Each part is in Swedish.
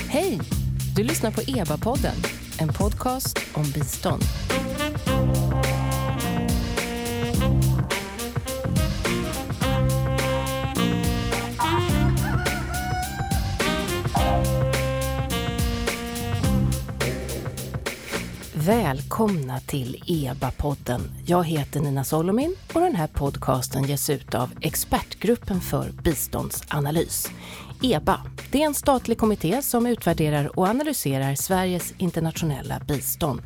Hej! Du lyssnar på EBA-podden, en podcast om bistånd. Välkomna till EBA-podden. Jag heter Nina Solomin och den här podcasten ges ut av Expertgruppen för biståndsanalys. EBA, det är en statlig kommitté som utvärderar och analyserar Sveriges internationella bistånd.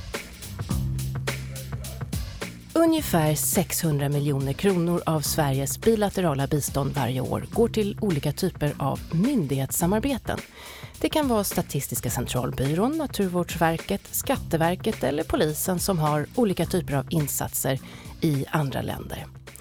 Ungefär 600 miljoner kronor av Sveriges bilaterala bistånd varje år går till olika typer av myndighetssamarbeten. Det kan vara Statistiska centralbyrån, Naturvårdsverket, Skatteverket eller polisen som har olika typer av insatser i andra länder.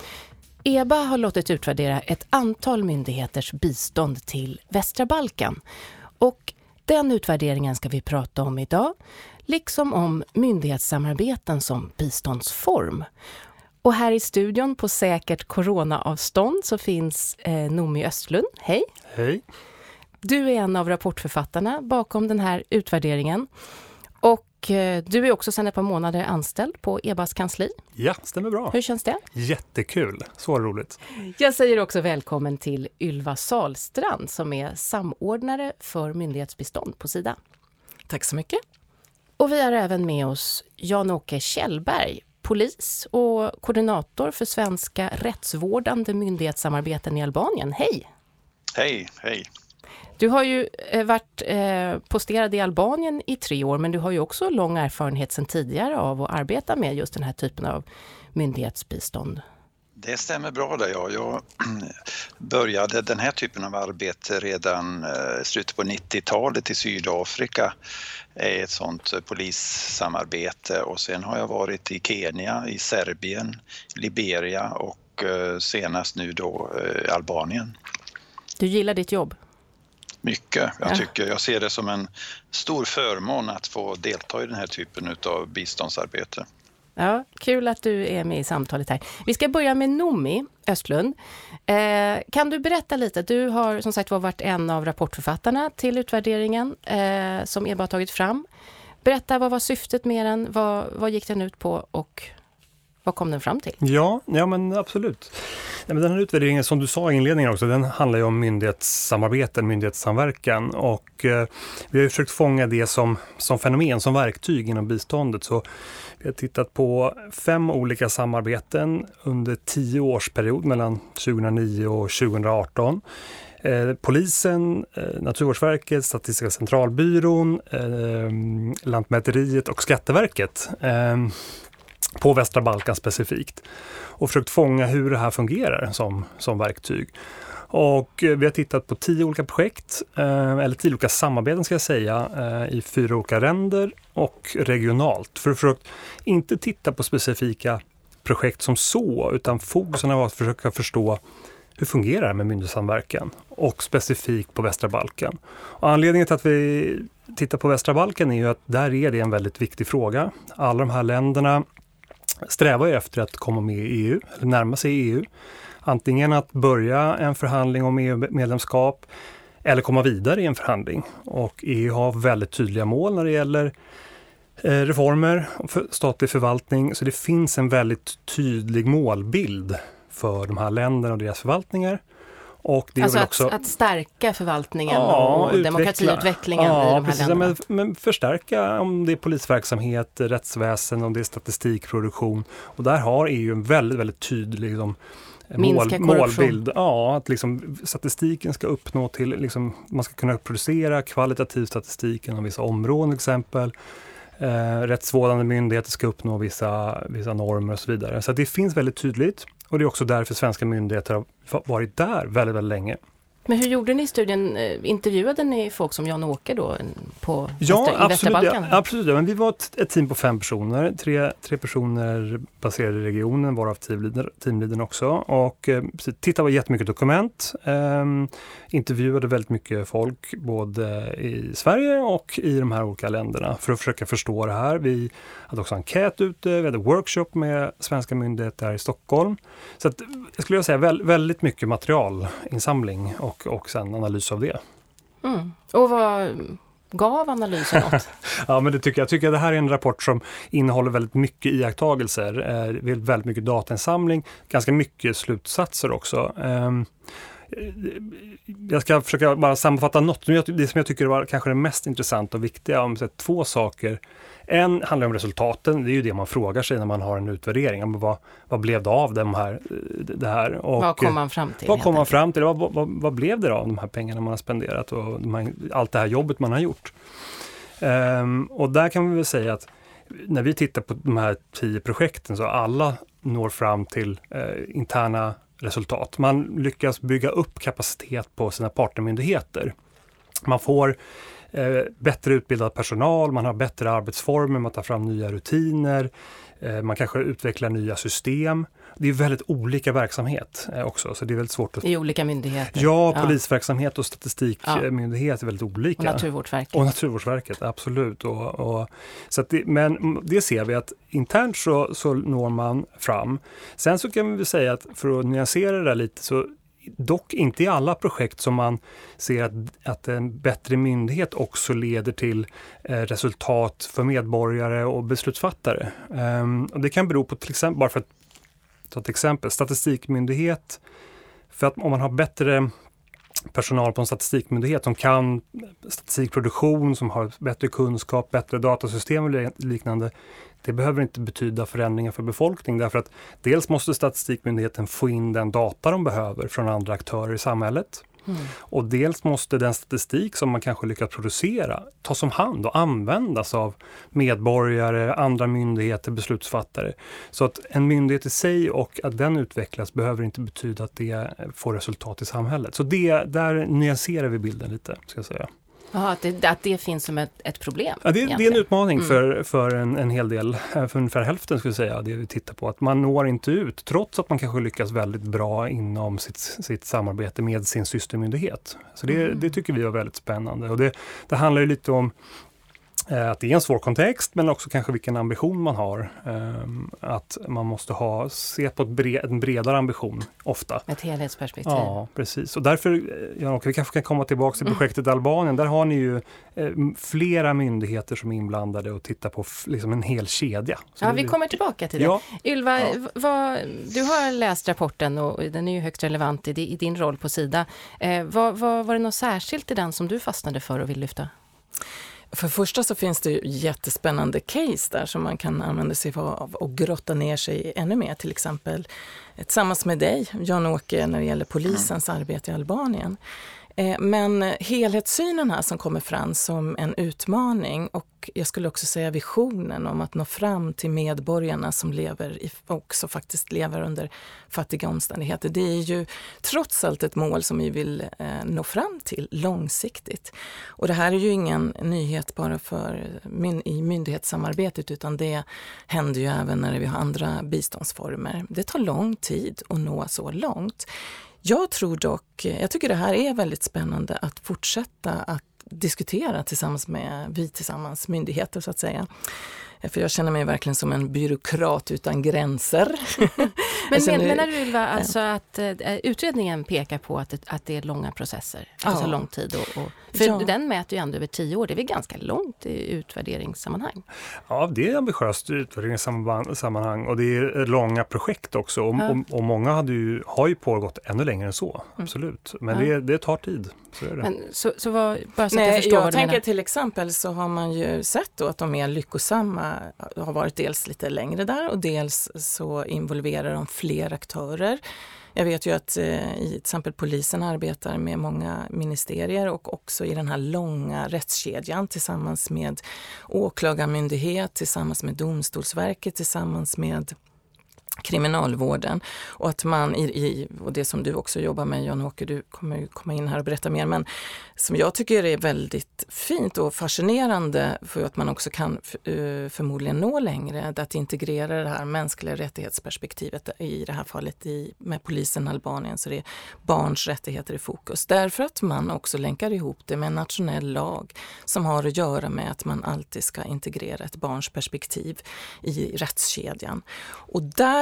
EBA har låtit utvärdera ett antal myndigheters bistånd till Västra Balkan. Och den utvärderingen ska vi prata om idag, liksom om myndighetssamarbeten som biståndsform. Och här i studion på säkert coronaavstånd så finns Noomi Östlund. Hej! Hej! Du är en av rapportförfattarna bakom den här utvärderingen. Och du är också sedan ett par månader anställd på EBAs kansli. Ja, stämmer bra. Hur känns det? Jättekul, så roligt. Jag säger också välkommen till Ylva Salstrand som är samordnare för myndighetsbistånd på Sida. Tack så mycket. Och vi har även med oss Jan-Åke Kjellberg, polis och koordinator för svenska rättsvårdande myndighetssamarbeten i Albanien. Hej! Hej, hej. Du har ju varit posterad i Albanien i 3 år, men du har ju också lång erfarenhet sedan tidigare av att arbeta med just den här typen av myndighetsbistånd. Det stämmer bra där, ja. Jag började den här typen av arbete redan i slutet på 90-talet i Sydafrika, ett sånt polissamarbete, och sen har jag varit i Kenya, i Serbien, Liberia och senast nu då Albanien. Du gillar ditt jobb? Mycket. Jag ser det som en stor förmån att få delta i den här typen av biståndsarbete. Ja, kul att du är med i samtalet här. Vi ska börja med Noomi Östlund. Kan du berätta lite? Du har som sagt varit en av rapportförfattarna till utvärderingen som EBA har tagit fram. Berätta, vad var syftet med den? Vad gick den ut på och vad kom den fram till? Ja men absolut. Ja, men den här utvärderingen, som du sa i inledningen också, den handlar ju om myndighetssamarbeten, myndighetssamverkan, och vi har ju försökt fånga det som fenomen, som verktyg inom biståndet. Så vi har tittat på 5 olika samarbeten under 10 års period mellan 2009 och 2018. Polisen, Naturvårdsverket, Statistiska centralbyrån, Lantmäteriet och Skatteverket på Västra Balkan specifikt, och försökt fånga hur det här fungerar som verktyg. Och vi har tittat på 10 olika projekt, eller 10 olika samarbeten ska jag säga, i 4 olika länder och regionalt. För att försöka inte titta på specifika projekt som så, utan fokusen har varit att försöka förstå hur fungerar det med myndighetssamverkan, och specifikt på Västra Balkan. Och anledningen till att vi tittar på Västra Balkan är ju att där är det en väldigt viktig fråga. Alla de här länderna strävar ju efter att komma med i EU, eller närma sig EU. Antingen att börja en förhandling om EU-medlemskap eller komma vidare i en förhandling. Och EU har väldigt tydliga mål när det gäller reformer och statlig förvaltning. Så det finns en väldigt tydlig målbild för de här länderna och deras förvaltningar. Och det alltså är också att stärka förvaltningen och demokratiutvecklingen i de här precis, länderna. Men förstärka om det är polisverksamhet, rättsväsen, om det är statistikproduktion. Och där har EU en väldigt, väldigt tydlig målbild. Ja, att statistiken ska uppnå till, man ska kunna producera kvalitativ statistik inom vissa områden till exempel. Rättsvårdande myndigheter ska uppnå vissa normer och så vidare. Så det finns väldigt tydligt, och det är också därför svenska myndigheter har varit där väldigt, väldigt länge. Men hur gjorde ni i studien? Intervjuade ni folk som Jan-Åke då på Västra Balkan? Ja, absolut. Men vi var ett team på 5 personer. 3 personer baserade i regionen, varav teamleadern också. Och tittade på jättemycket dokument. Intervjuade väldigt mycket folk både i Sverige och i de här olika länderna för att försöka förstå det här. Vi hade också enkät ute, vi hade workshop med svenska myndigheter här i Stockholm. Så att, jag skulle säga väldigt mycket materialinsamling och sen analys av det. Mm. Och vad gav analysen något? Ja, men jag tycker att det här är en rapport som innehåller väldigt mycket iakttagelser, väldigt mycket datainsamling, ganska mycket slutsatser också. Jag ska försöka bara sammanfatta något. Det som jag tycker var kanske det mest intressanta och viktiga om 2 saker. En handlar om resultaten. Det är ju det man frågar sig när man har en utvärdering. Vad blev det av det här? Och vad kom man fram till? Vad blev det av de här pengarna man har spenderat och allt det här jobbet man har gjort? Och där kan vi väl säga att när vi tittar på de här 10 projekten så alla når fram till interna resultat. Man lyckas bygga upp kapacitet på sina partnermyndigheter. Man får bättre utbildad personal, man har bättre arbetsformer, man tar fram nya rutiner, man kanske utvecklar nya system. Det är väldigt olika verksamhet också, så det är väldigt svårt att... I olika myndigheter. Ja, polisverksamhet och statistikmyndighet är väldigt olika. Och Naturvårdsverket. Och Naturvårdsverket, absolut. Så att men det ser vi att internt så når man fram. Sen så kan vi väl säga att för att nyansera det där lite så dock inte i alla projekt som man ser att en bättre myndighet också leder till resultat för medborgare och beslutsfattare. Och det kan bero på till exempel, bara för att ta ett exempel, statistikmyndighet. För att om man har bättre personal på en statistikmyndighet som kan statistikproduktion, som har bättre kunskap, bättre datasystem och liknande, det behöver inte betyda förändringar för befolkningen, därför att dels måste statistikmyndigheten få in den data de behöver från andra aktörer i samhället. Och dels måste den statistik som man kanske lyckas producera tas om hand och användas av medborgare, andra myndigheter, beslutsfattare. Så att en myndighet i sig och att den utvecklas behöver inte betyda att det får resultat i samhället. Så där nyanserar vi bilden lite, ska jag säga. Jaha, att det finns som ett problem. Ja, det är en utmaning för en hel del, för ungefär hälften skulle jag säga, det vi tittar på. Att man når inte ut, trots att man kanske lyckas väldigt bra inom sitt samarbete med sin systermyndighet. Så det tycker vi var väldigt spännande. Och det handlar ju lite om att det är en svår kontext, men också kanske vilken ambition man har. Att man måste se på en bredare ambition ofta. Ett helhetsperspektiv. Ja, precis. Och därför, vi kanske kan komma tillbaka till projektet Albanien. Där har ni ju flera myndigheter som är inblandade och tittar på liksom en hel kedja. Så vi kommer tillbaka till det. Ja. Ylva, du har läst rapporten och den är ju högst relevant i din roll på Sida. Var det något särskilt i den som du fastnade för och vill lyfta? För första så finns det ju jättespännande case där som man kan använda sig av och grotta ner sig ännu mer. Till exempel tillsammans med dig, Jan-Åke, när det gäller polisens arbete i Albanien. Men helhetssynen här som kommer fram som en utmaning och jag skulle också säga visionen om att nå fram till medborgarna som också faktiskt lever under fattiga omständigheter. Det är ju trots allt ett mål som vi vill nå fram till långsiktigt. Och det här är ju ingen nyhet bara i myndighetssamarbetet utan det händer ju även när vi har andra biståndsformer. Det tar lång tid att nå så långt. Jag tycker det här är väldigt spännande att fortsätta att diskutera tillsammans myndigheter så att säga. För jag känner mig verkligen som en byråkrat utan gränser. Men menar du, Ylva, alltså att utredningen pekar på att det är långa processer, alltså lång tid? För den mäter ju ändå över 10 år, det är väl ganska långt i utvärderingssammanhang? Ja, det är ambitiöst utvärderingssammanhang och det är långa projekt också. Och många har ju pågått ännu längre än så, absolut. Men det tar tid. Så är det. Men, bara så att jag förstår vad du menar. Till exempel så har man ju sett då att de är lyckosamma har varit dels lite längre där och dels så involverar de fler aktörer. Jag vet ju att till exempel polisen arbetar med många ministerier och också i den här långa rättskedjan tillsammans med åklagarmyndighet, tillsammans med Domstolsverket, tillsammans med kriminalvården och att man och det som du också jobbar med, Jan-Åke, du kommer ju komma in här och berätta mer, men som jag tycker är väldigt fint och fascinerande för att man också kan förmodligen nå längre, att integrera det här mänskliga rättighetsperspektivet i det här fallet med polisen Albanien, så det är barns rättigheter i fokus. Därför att man också länkar ihop det med en nationell lag som har att göra med att man alltid ska integrera ett barns perspektiv i rättskedjan. Och där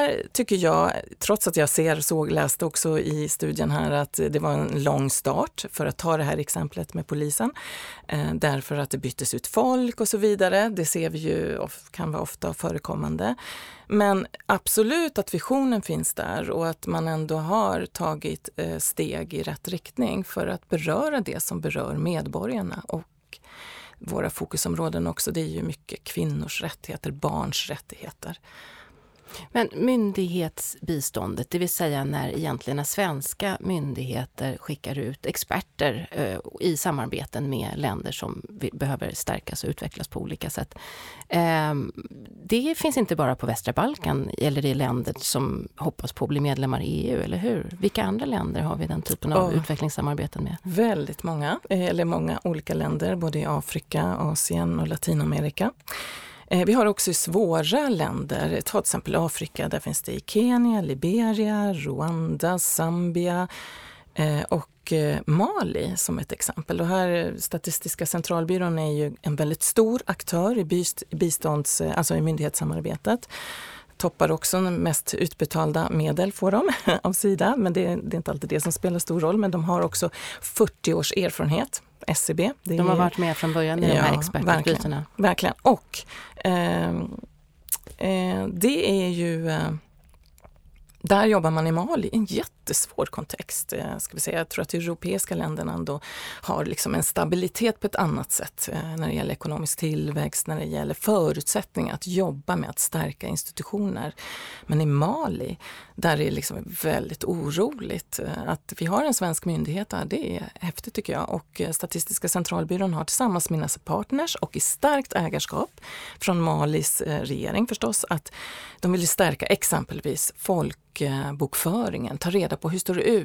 där tycker jag, trots att jag läste också i studien här att det var en lång start för att ta det här exemplet med polisen. Därför att det byttes ut folk och så vidare. Det ser vi ju kan vara ofta förekommande. Men absolut att visionen finns där och att man ändå har tagit steg i rätt riktning för att beröra det som berör medborgarna. Och våra fokusområden också, det är ju mycket kvinnors rättigheter, barns rättigheter. Men myndighetsbiståndet, det vill säga när svenska myndigheter skickar ut experter i samarbeten med länder som behöver stärkas och utvecklas på olika sätt. Det finns inte bara på västra Balkan eller i länder som hoppas på att bli medlemmar i EU, eller hur? Vilka andra länder har vi den typen av utvecklingssamarbeten med? Väldigt många, eller många olika länder, både i Afrika, Asien och Latinamerika. Vi har också svåra länder, till exempel Afrika, där finns det i Kenya, Liberia, Rwanda, Zambia och Mali som ett exempel. Och här Statistiska centralbyrån är ju en väldigt stor aktör i myndighetssamarbetet. Toppar också den mest utbetalda medel får de av Sida, men det är inte alltid det som spelar stor roll, men de har också 40 års erfarenhet. SCB. De har varit med från början i de här expertutbytena. Verkligen. Och det är ju... Där jobbar man i Mali i en jättesvår kontext. Ska vi säga. Jag tror att de europeiska länderna ändå har liksom en stabilitet på ett annat sätt när det gäller ekonomisk tillväxt, när det gäller förutsättningar att jobba med att stärka institutioner. Men i Mali, där är det liksom väldigt oroligt. Att vi har en svensk myndighet där, det är häftigt tycker jag. Och Statistiska centralbyrån har tillsammans med sina partners och i starkt ägarskap från Malis regering förstås, att de vill stärka exempelvis folkbokföringen, ta reda på hur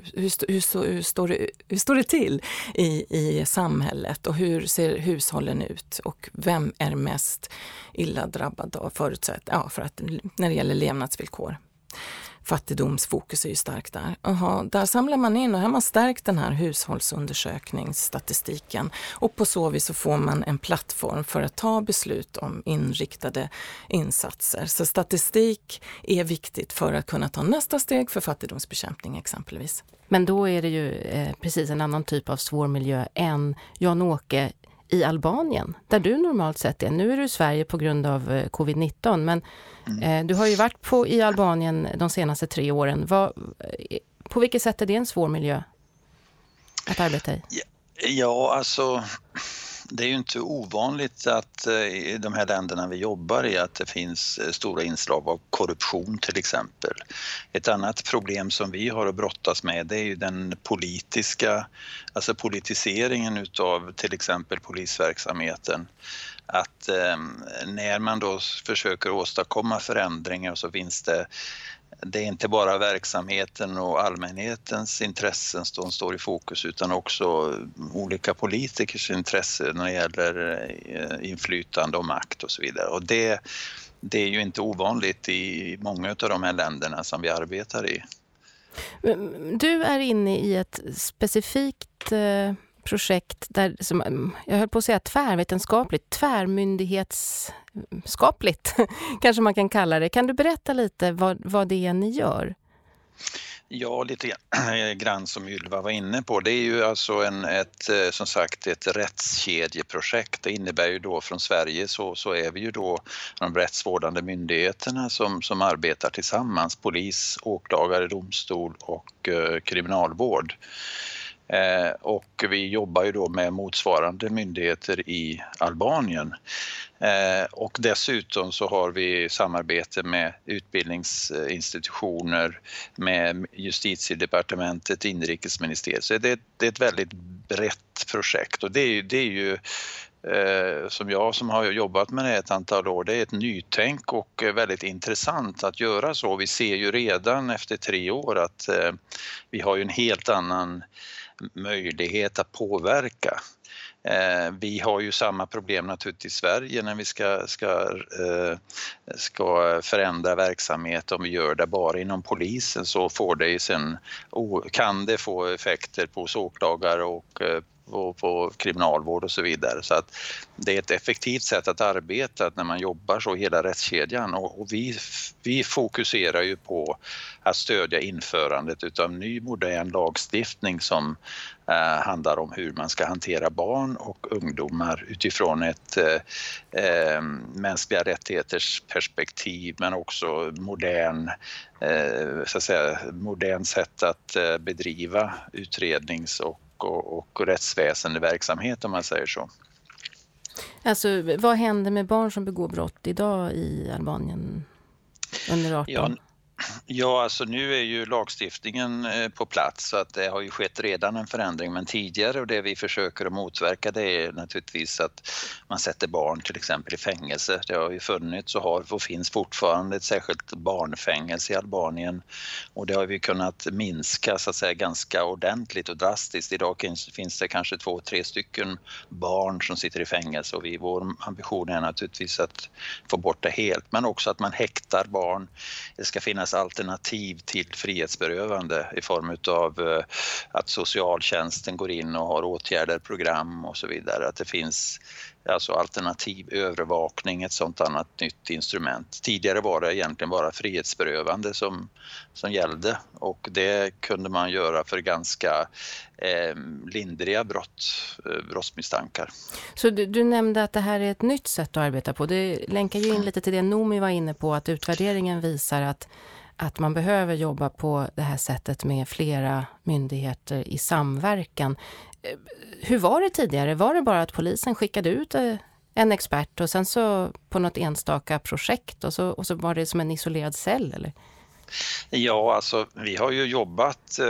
står det till i samhället och hur ser hushållen ut och vem är mest illa drabbad av när det gäller levnadsvillkor. Fattigdomsfokus är ju starkt där. Där samlar man in och här har man stärkt den här hushållsundersökningsstatistiken och på så vis så får man en plattform för att ta beslut om inriktade insatser. Så statistik är viktigt för att kunna ta nästa steg för fattigdomsbekämpning exempelvis. Men då är det ju precis en annan typ av svår miljö än Jan-Åke i Albanien, där du normalt sett är. Nu är du i Sverige på grund av covid-19, men du har ju varit i Albanien de senaste 3 åren. På vilket sätt är det en svår miljö att arbeta i? Ja, alltså det är ju inte ovanligt att i de här länderna vi jobbar i att det finns stora inslag av korruption till exempel. Ett annat problem som vi har att brottas med det är ju den politiseringen utav till exempel polisverksamheten. Att när man då försöker åstadkomma förändringar så finns det är inte bara verksamheten och allmänhetens intressen som står i fokus utan också olika politikers intressen när det gäller inflytande och makt och så vidare. Och det är ju inte ovanligt i många av de här länderna som vi arbetar i. Du är inne i ett specifikt projekt där, som jag höll på att säga tvärmyndighetsskapligt kanske man kan kalla det. Kan du berätta lite vad det är ni gör? Ja, lite grann som Ylva var inne på. Det är ju alltså ett rättskedjeprojekt. Det innebär ju då från Sverige så är vi ju då de rättsvårdande myndigheterna som arbetar tillsammans. Polis, åklagare, domstol och kriminalvård. Och vi jobbar ju då med motsvarande myndigheter i Albanien. Och dessutom så har vi samarbete med utbildningsinstitutioner, med justitiedepartementet, inrikesministeriet. Så det är ett väldigt brett projekt och det är ju som jag som har jobbat med det ett antal år, det är ett nytänk och väldigt intressant att göra så. Vi ser ju redan efter 3 år att vi har ju en helt annan möjlighet att påverka. Vi har ju samma problem naturligtvis i Sverige när vi ska förändra verksamhet. Om vi gör det bara inom polisen så kan det få effekter på åklagare och på kriminalvård och så vidare. Så att det är ett effektivt sätt att arbeta när man jobbar så i hela rättskedjan, och vi fokuserar ju på att stödja införandet utav ny modern lagstiftning som handlar om hur man ska hantera barn och ungdomar utifrån ett mänskliga rättigheters perspektiv, men också modern sätt att bedriva utrednings- och rättsväsendeverksamhet, om man säger så. Alltså, vad händer med barn som begår brott idag i Albanien under 18? Ja, alltså nu är ju lagstiftningen på plats, så att det har ju skett redan en förändring, men tidigare, och det vi försöker att motverka, det är naturligtvis att man sätter barn till exempel i fängelse. Det har ju funnits och finns fortfarande ett särskilt barnfängelse i Albanien, och det har vi kunnat minska så att säga ganska ordentligt och drastiskt. Idag finns det kanske 2-3 stycken barn som sitter i fängelse, och vår ambition är naturligtvis att få bort det helt, men också att man häktar barn. Det ska finnas alternativ till frihetsberövande i form av att socialtjänsten går in och har åtgärder, program och så vidare. Att det finns alltså alternativ övervakning, ett sånt annat nytt instrument. Tidigare var det egentligen bara frihetsberövande som gällde, och det kunde man göra för ganska lindriga brottsmisstankar. Så du nämnde att det här är ett nytt sätt att arbeta på. Det länkar ju in lite till det Noomi var inne på, att utvärderingen visar att man behöver jobba på det här sättet med flera myndigheter i samverkan. Hur var det tidigare? Var det bara att polisen skickade ut en expert och sen så på något enstaka projekt och så var det som en isolerad cell, eller? Ja, alltså vi har ju jobbat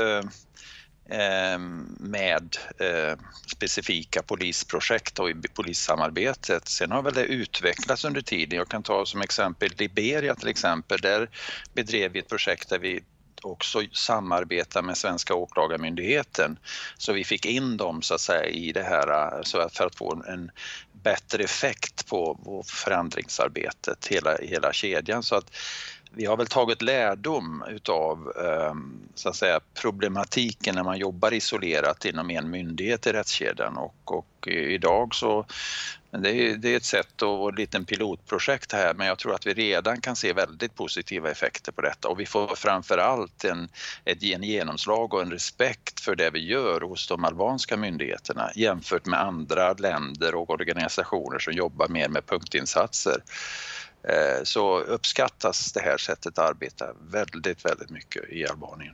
med specifika polisprojekt och i polissamarbetet. Sen har väl det utvecklats under tiden. Jag kan ta som exempel Liberia till exempel. Där bedrev vi ett projekt där vi också samarbetar med svenska åklagarmyndigheten. Så vi fick in dem så att säga i det här, så för att få en bättre effekt på förändringsarbetet, hela kedjan. Så att vi har väl tagit lärdom utav så att säga problematiken när man jobbar isolerat inom en myndighet i rättskedjan, och idag så det är ett sätt och ett litet pilotprojekt här, men jag tror att vi redan kan se väldigt positiva effekter på detta, och vi får framförallt ett genomslag och en respekt för det vi gör hos de albanska myndigheterna jämfört med andra länder och organisationer som jobbar mer med punktinsatser. Så uppskattas det här sättet att arbeta väldigt, väldigt mycket i Albanien.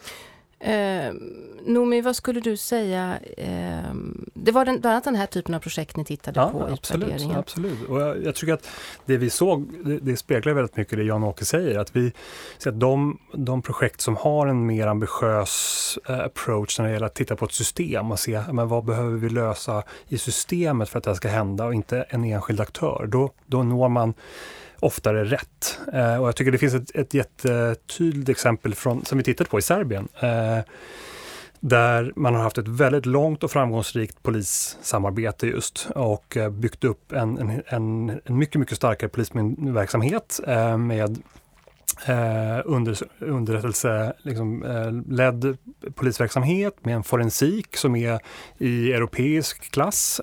Noomi, vad skulle du säga? Det var bland annat den här typen av projekt ni tittade på i utvärderingen. Absolut. Och jag tycker att det vi såg, det speglar väldigt mycket det Jan-Åke säger. Att vi ser att de projekt som har en mer ambitiös approach när det gäller att titta på ett system och se vad behöver vi lösa i systemet för att det här ska hända och inte en enskild aktör. Då når man oftare rätt. Och jag tycker det finns ett jättetydligt exempel som vi tittat på i Serbien. Där man har haft ett väldigt långt och framgångsrikt polissamarbete just och byggt upp en mycket, mycket starkare polisverksamhet med underrättelse ledd polisverksamhet med en forensik som är i europeisk klass.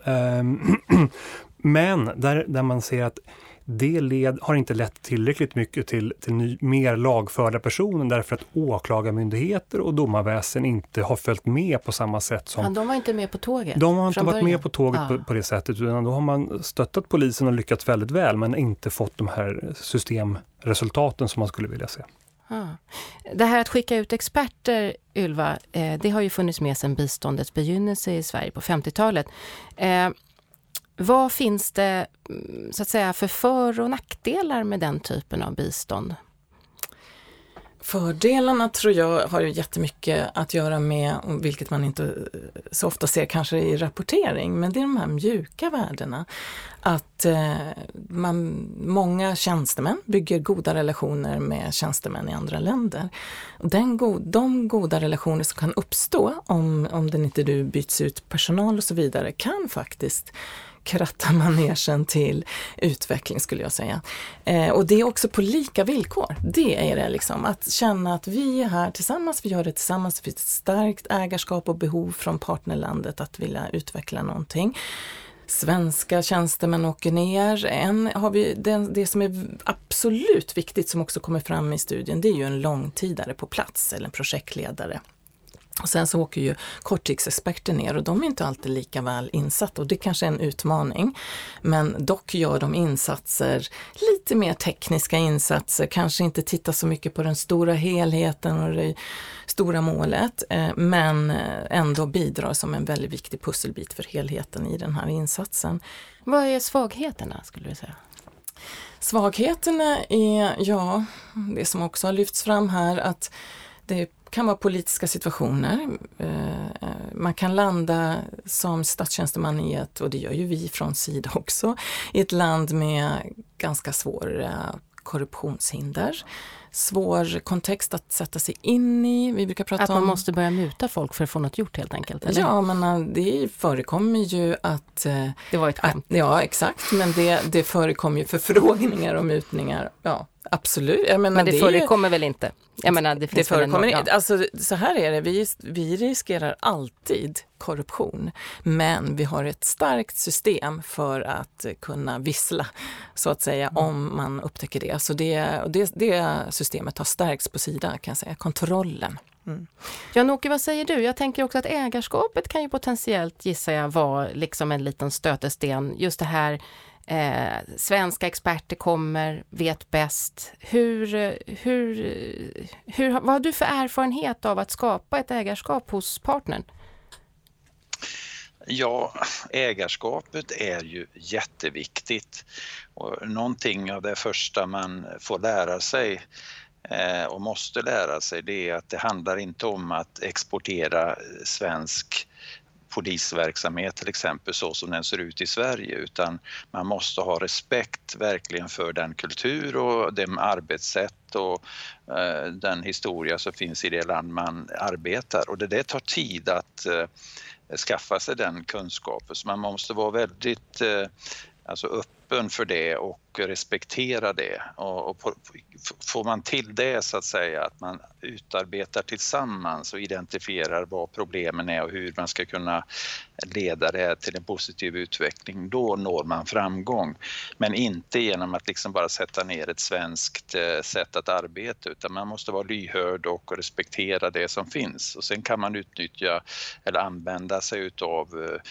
Men där man ser att det har inte lett tillräckligt mycket till mer lagförda personer, därför att åklagarmyndigheter och domarväsen inte har följt med på samma sätt som... Ja, de var inte med på tåget. De har inte varit med på tåget på det sättet, utan då har man stöttat polisen och lyckats väldigt väl, men inte fått de här systemresultaten som man skulle vilja se. Det här att skicka ut experter, Ylva, det har ju funnits med sedan biståndets begynnelse i Sverige på 50-talet. Vad finns det så att säga för- och nackdelar med den typen av bistånd? Fördelarna tror jag har ju jättemycket att göra med, vilket man inte så ofta ser kanske i rapportering, men det är de här mjuka värdena. Att många tjänstemän bygger goda relationer med tjänstemän i andra länder. De goda relationer som kan uppstå om det inte byts ut personal och så vidare kan faktiskt kratta manegen till utveckling, skulle jag säga. Och det är också på lika villkor. Det är det liksom, att känna att vi är här tillsammans, vi gör det tillsammans, det finns ett starkt ägarskap och behov från partnerlandet att vilja utveckla någonting. Svenska tjänstemän åker ner. Har vi det som är absolut viktigt, som också kommer fram i studien, det är ju en långtidare på plats eller en projektledare. Och sen så åker ju korttidsexperter ner och de är inte alltid lika väl insatta, och det kanske är en utmaning. Men dock gör de insatser, lite mer tekniska insatser, kanske inte tittar så mycket på den stora helheten och det stora målet, men ändå bidrar som en väldigt viktig pusselbit för helheten i den här insatsen. Vad är svagheterna, skulle du säga? Svagheterna är, det som också har lyfts fram här, att det kan vara politiska situationer. Man kan landa som statstjänsteman i och det gör ju vi från Sida också, i ett land med ganska svåra korruptionshinder. Svår kontext att sätta sig in i. Vi brukar prata att man måste börja muta folk för att få något gjort, helt enkelt. Eller? Ja, men det förekommer ju att... Det var ett skämt. Ja, exakt. Men det förekommer ju förfrågningar och mutningar. Ja, absolut. Men det förekommer väl inte? Jag menar, det förekommer inte. Alltså, så här är det. Vi riskerar alltid korruption. Men vi har ett starkt system för att kunna vissla, så att säga, om man upptäcker det. Så det systemet har stärkts på Sida, kan jag säga. Kontrollen. Jan-Åke, vad säger du? Jag tänker också att ägarskapet kan ju potentiellt, gissar jag, vara liksom en liten stötesten. Just det här, svenska experter kommer, vet bäst. Vad har du för erfarenhet av att skapa ett ägarskap hos partnern? Ja, ägarskapet är ju jätteviktigt. Och någonting av det första man får lära sig och måste lära sig, det är att det handlar inte om att exportera svensk polisverksamhet till exempel så som den ser ut i Sverige, utan man måste ha respekt verkligen för den kultur och det arbetssätt och den historia som finns i det land man arbetar, och det tar tid att skaffa sig den kunskapen, så man måste vara väldigt öppen för det och respektera det, och får man till det, så att säga, att man utarbetar tillsammans och identifierar vad problemen är och hur man ska kunna leda det till en positiv utveckling, då når man framgång. Men inte genom att liksom bara sätta ner ett svenskt sätt att arbeta, utan man måste vara lyhörd och respektera det som finns, och sen kan man utnyttja eller använda sig utav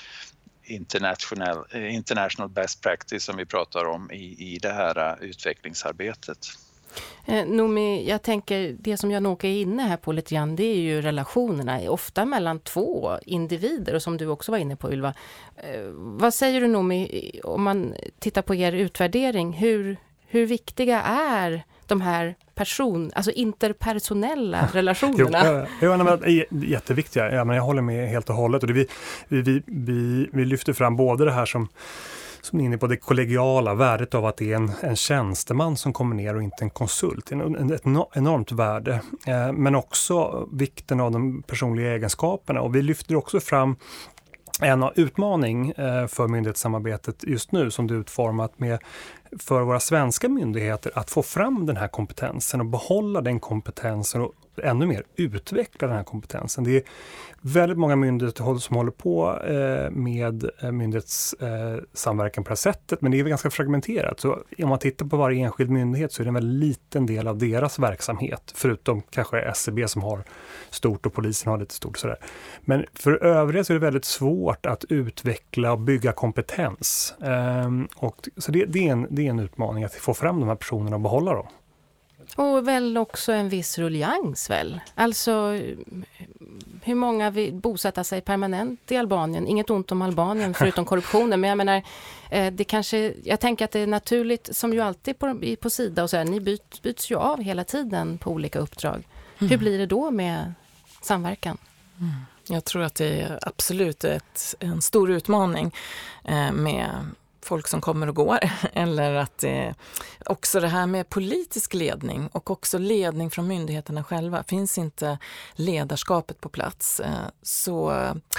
international best practice som vi pratar om i det här utvecklingsarbetet. Noomi, jag tänker, det som Jan-Åke är inne här på lite grann, det är ju relationerna, ofta mellan två individer, och som du också var inne på, Ylva. Vad säger du, Noomi, om man tittar på er utvärdering, hur viktiga är de här interpersonella relationerna? Jätteviktiga. Jag håller med helt och hållet. Och vi lyfter fram både det här som är inne på det kollegiala värdet av att det är en tjänsteman som kommer ner och inte en konsult. Ett enormt värde. Men också vikten av de personliga egenskaperna. Och vi lyfter också fram en utmaning för myndighetssamarbetet just nu som det är utformat för våra svenska myndigheter att få fram den här kompetensen och behålla den kompetensen och ännu mer utveckla den här kompetensen. Det är väldigt många myndigheter som håller på med myndighetssamverkan på det här sättet, men det är ganska fragmenterat. Så om man tittar på varje enskild myndighet så är det en väldigt liten del av deras verksamhet, förutom kanske SCB som har stort och polisen har lite stort. Sådär. Men för övriga så är det väldigt svårt att utveckla och bygga kompetens. Så det är en utmaning att få fram de här personerna och behålla dem. Och väl också en viss rullians väl? Alltså hur många vill bosätta sig permanent i Albanien? Inget ont om Albanien förutom korruptionen, men jag menar jag tänker att det är naturligt, som ju alltid på Sida och så här, ni byts ju av hela tiden på olika uppdrag. Hur blir det då med samverkan? Jag tror att det är absolut en stor utmaning med folk som kommer och går, eller att också det här med politisk ledning och också ledning från myndigheterna själva. Finns inte ledarskapet på plats så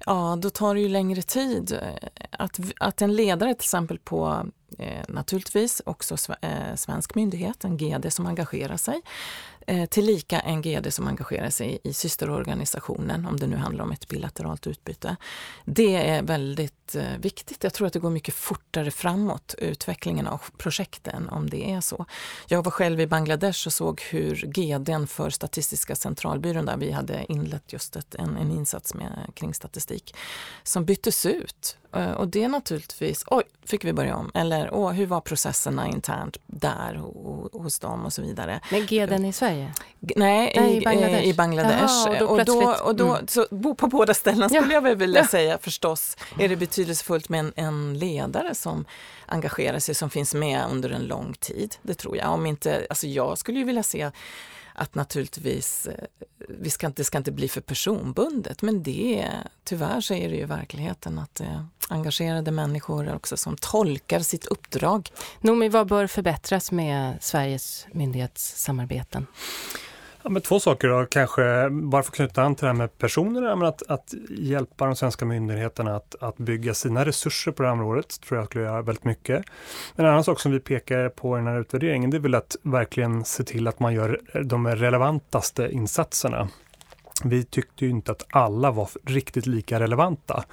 Ja, då tar det ju längre tid. Att en ledare till exempel på naturligtvis också svensk myndighet, en GD som engagerar sig, tillika en GD som engagerar sig i systerorganisationen, om det nu handlar om ett bilateralt utbyte. Det är väldigt viktigt. Jag tror att det går mycket fortare framåt, utvecklingen av projekten, om det är så. Jag var själv i Bangladesh och såg hur GD:n för Statistiska centralbyrån, där vi hade inlett just en insats kring statistik, som byttes ut. Och det är naturligtvis, fick vi börja om? Eller hur var processerna internt där hos dem och så vidare. Men GD:n i Sverige? Nej, i Bangladesh. Jaha, och då så på båda ställen skulle jag väl vilja säga förstås är det betydelsefullt med en ledare som engagerar sig, som finns med under en lång tid. Det tror jag. Om inte, alltså jag skulle ju vilja se att naturligtvis det ska inte bli för personbundet, men tyvärr så är det ju verkligheten att engagerade människor också som tolkar sitt uppdrag. Noomi, vad bör förbättras med Sveriges myndighetssamarbeten? Ja, men 2 saker då, kanske bara för att knyta an till det här med personerna, men att hjälpa de svenska myndigheterna att bygga sina resurser på det här området, tror jag skulle göra väldigt mycket. En annan sak som vi pekar på i den här utvärderingen, det är väl att verkligen se till att man gör de relevantaste insatserna. Vi tyckte ju inte att alla var riktigt lika relevanta.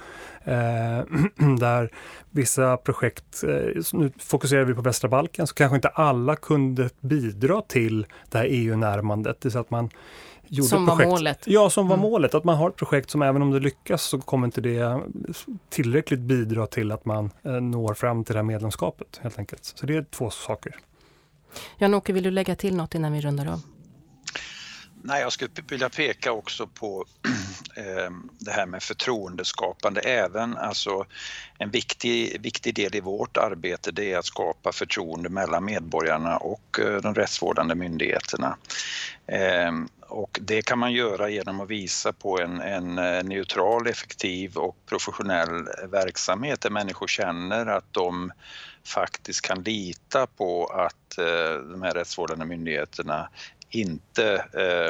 Där vissa projekt, nu fokuserar vi på Västra Balkan, så kanske inte alla kunde bidra till det här EU-närmandet. Det är så att man gjorde som projekt, var målet. Ja, som var målet. Att man har ett projekt som även om det lyckas så kommer inte det tillräckligt bidra till att man når fram till det här medlemskapet helt enkelt. Så det är 2 saker. Jan-Åke, vill du lägga till något innan vi rundar av? Nej, jag skulle vilja peka också på det här med förtroendeskapande. Även alltså en viktig del i vårt arbete, det är att skapa förtroende mellan medborgarna och de rättsvårdande myndigheterna. Och det kan man göra genom att visa på en neutral, effektiv och professionell verksamhet där människor känner att de faktiskt kan lita på att de här rättsvårdande myndigheterna inte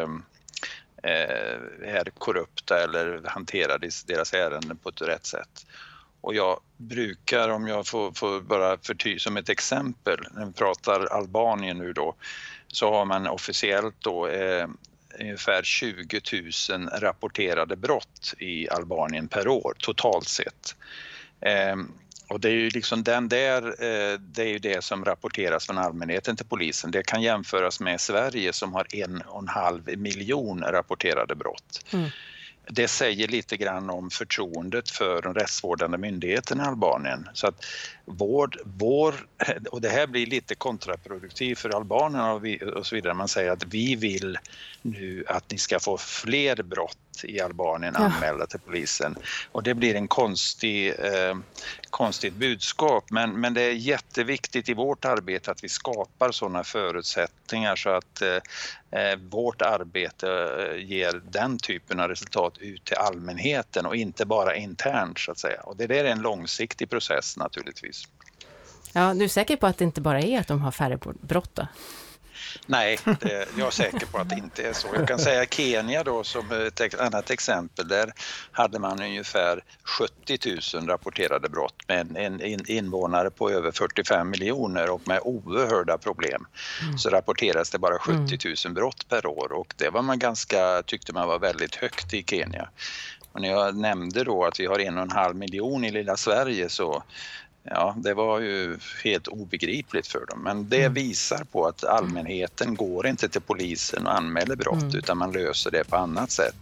är korrupta eller hanterar deras ärenden på ett rätt sätt. Och jag brukar, om jag får bara som ett exempel, när vi pratar Albanien nu då, så har man officiellt då ungefär 20 000 rapporterade brott i Albanien per år totalt sett. Och det är ju liksom det är ju det som rapporteras från allmänheten till polisen. Det kan jämföras med Sverige som har 1,5 miljon rapporterade brott. Det säger lite grann om förtroendet för de rättsvårdande myndigheterna i Albanien. Så att och det här blir lite kontraproduktivt för albanerna och så vidare. Man säger att vi vill nu att ni ska få fler brott i Albanien anmälda till polisen. Och det blir en konstigt budskap. Men det är jätteviktigt i vårt arbete att vi skapar sådana förutsättningar så att vårt arbete ger den typen av resultat ut till allmänheten och inte bara internt så att säga. Och det där är en långsiktig process naturligtvis. Ja, du är säker på att det inte bara är att de har färre brott då? Nej, jag är säker på att det inte är så. Jag kan säga Kenya då som ett annat exempel. Där hade man ungefär 70 000 rapporterade brott med en invånare på över 45 miljoner och med oerhörda problem. Så rapporteras det bara 70 000 brott per år och det var tyckte man var väldigt högt i Kenya. Och när jag nämnde då att vi har 1,5 miljon i lilla Sverige så ja, det var ju helt obegripligt för dem. Men det visar på att allmänheten går inte till polisen och anmäler brott utan man löser det på annat sätt.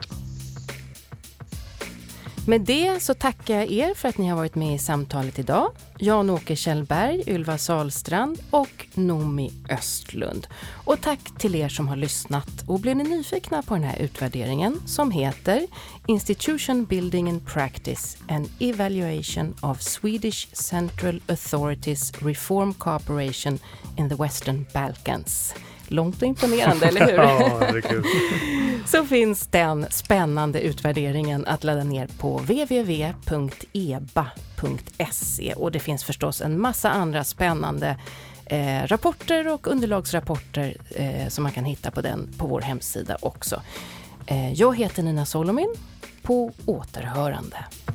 Med det så tackar jag er för att ni har varit med i samtalet idag. Jan-Åke Kjellberg, Ylva Sahlstrand och Noomi Östlund. Och tack till er som har lyssnat. Och blir ni nyfikna på den här utvärderingen som heter Institution Building and Practice, an Evaluation of Swedish Central Authorities Reform Cooperation in the Western Balkans. Långt och imponerande, eller hur? Ja, det är kul. Så finns den spännande utvärderingen att ladda ner på www.eba.se och det finns förstås en massa andra spännande rapporter och underlagsrapporter som man kan hitta på vår hemsida också. Jag heter Nina Solomin, på återhörande.